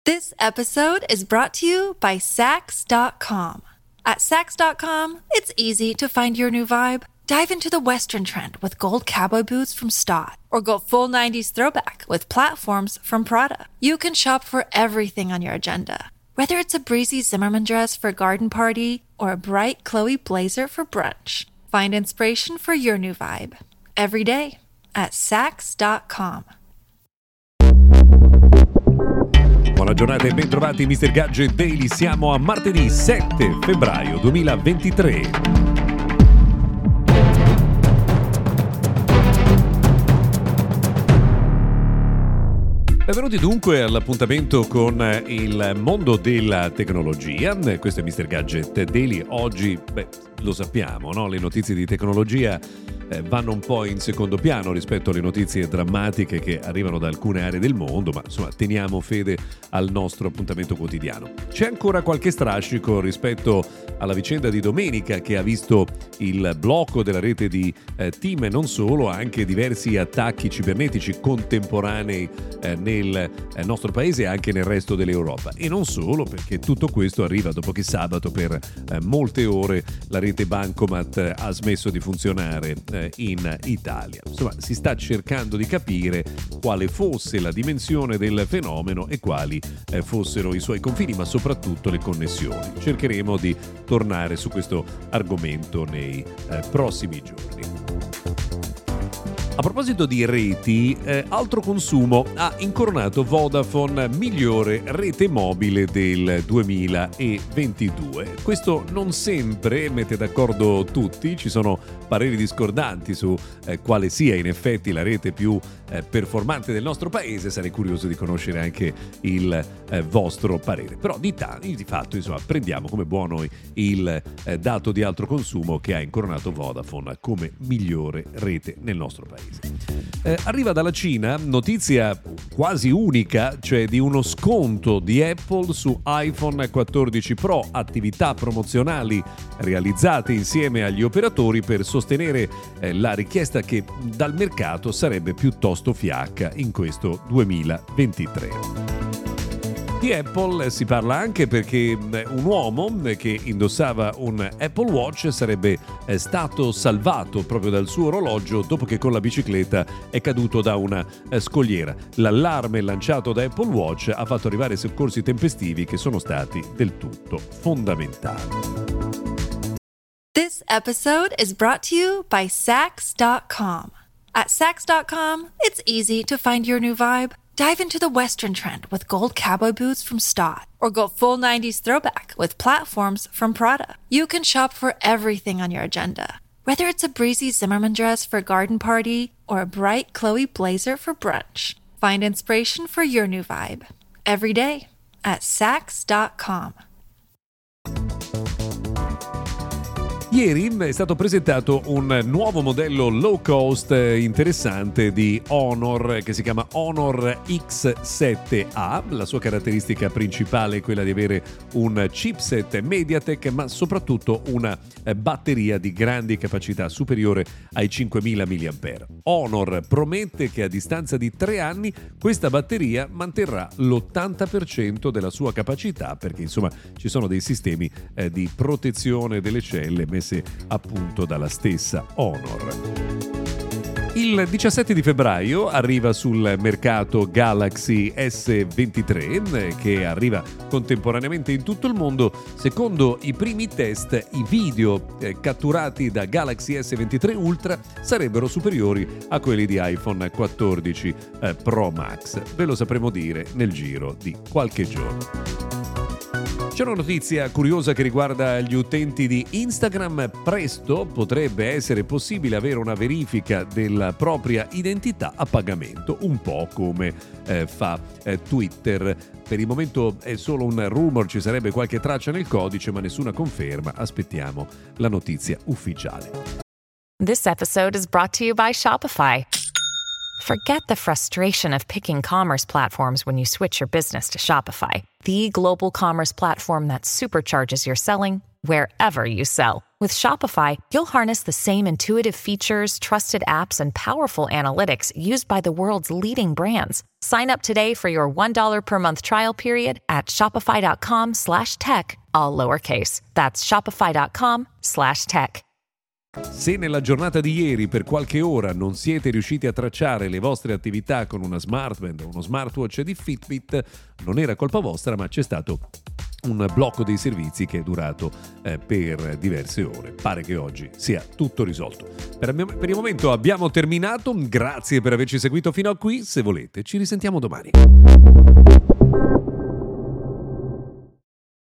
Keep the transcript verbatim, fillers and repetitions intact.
This episode is brought to you by Sax dot com. At Sax dot com, it's easy to find your new vibe. Dive into the Western trend with gold cowboy boots from Stott, or go full nineties throwback with platforms from Prada. You can shop for everything on your agenda, whether it's a breezy Zimmermann dress for a garden party or a bright Chloe blazer for brunch. Find inspiration for your new vibe every day at Sax dot com. Buona giornata e ben trovati mister Gadget Daily. Siamo a martedì sette febbraio duemilaventitré. Benvenuti dunque all'appuntamento con il mondo della tecnologia. Questo è mister Gadget Daily. Oggi, beh, lo sappiamo, no? Le notizie di tecnologia eh, vanno un po' in secondo piano rispetto alle notizie drammatiche che arrivano da alcune aree del mondo, ma insomma teniamo fede al nostro appuntamento quotidiano. C'è ancora qualche strascico rispetto alla vicenda di domenica che ha visto il blocco della rete di eh, Team e non solo, anche diversi attacchi cibernetici contemporanei eh, nel eh, nostro paese e anche nel resto dell'Europa. E non solo, perché tutto questo arriva dopo che sabato per eh, molte ore la rete Bancomat eh, ha smesso di funzionare eh, in Italia. Insomma, si sta cercando di capire quale fosse la dimensione del fenomeno e quali eh, fossero i suoi confini, ma soprattutto le connessioni. Cercheremo di tornare su questo argomento nei eh, prossimi giorni. A proposito di reti, eh, altro consumo ha incoronato Vodafone migliore rete mobile del duemilaventidue. Questo non sempre mette d'accordo tutti, ci sono pareri discordanti su eh, quale sia in effetti la rete più eh, performante del nostro paese. Sarei curioso di conoscere anche il eh, vostro parere. Però di, ta- di fatto, insomma, prendiamo come buono il eh, dato di altro consumo che ha incoronato Vodafone come migliore rete nel nostro paese. Eh, arriva dalla Cina notizia quasi unica, cioè di uno sconto di Apple su iPhone quattordici Pro, attività promozionali realizzate insieme agli operatori per sostenere eh, la richiesta che dal mercato sarebbe piuttosto fiacca in questo duemilaventitré. Di Apple si parla anche perché un uomo che indossava un Apple Watch sarebbe stato salvato proprio dal suo orologio dopo che con la bicicletta è caduto da una scogliera. L'allarme lanciato da Apple Watch ha fatto arrivare soccorsi tempestivi che sono stati del tutto fondamentali. This episode is brought to you by Sax dot com. At Sax dot com, it's easy to find your new vibe. Dive into the Western trend with gold cowboy boots from Stott, or go full nineties throwback with platforms from Prada. You can shop for everything on your agenda, whether it's a breezy Zimmermann dress for a garden party or a bright Chloe blazer for brunch. Find inspiration for your new vibe every day at Sax dot com. Ieri è stato presentato un nuovo modello low cost interessante di Honor che si chiama Honor X sette A. La sua caratteristica principale è quella di avere un chipset MediaTek, ma soprattutto una batteria di grandi capacità superiore ai cinquemila milliampere ora. Honor promette che a distanza di tre anni questa batteria manterrà l'ottanta per cento della sua capacità, perché insomma ci sono dei sistemi eh, di protezione delle celle messe a punto dalla stessa Honor. Il diciassette di febbraio arriva sul mercato Galaxy S ventitré, che arriva contemporaneamente in tutto il mondo. Secondo i primi test, i video eh, catturati da Galaxy S ventitré Ultra sarebbero superiori a quelli di iPhone quattordici eh, Pro Max. Ve lo sapremo dire nel giro di qualche giorno. C'è una notizia curiosa che riguarda gli utenti di Instagram. Presto potrebbe essere possibile avere una verifica della propria identità a pagamento, un po' come eh, fa eh, Twitter. Per il momento è solo un rumor, ci sarebbe qualche traccia nel codice, ma nessuna conferma. Aspettiamo la notizia ufficiale. This episode is brought to you by Shopify. Forget the frustration of picking commerce platforms when you switch your business to Shopify, the global commerce platform that supercharges your selling wherever you sell. With Shopify, you'll harness the same intuitive features, trusted apps, and powerful analytics used by the world's leading brands. Sign up today for your one dollar per month trial period at shopify.com slash tech, all lowercase. That's shopify.com slash tech. Se nella giornata di ieri per qualche ora non siete riusciti a tracciare le vostre attività con una smartband o uno smartwatch di Fitbit, non era colpa vostra, ma c'è stato un blocco dei servizi che è durato eh, per diverse ore. Pare che oggi sia tutto risolto. Per, per il momento abbiamo terminato. Grazie per averci seguito fino a qui. Se volete, ci risentiamo domani.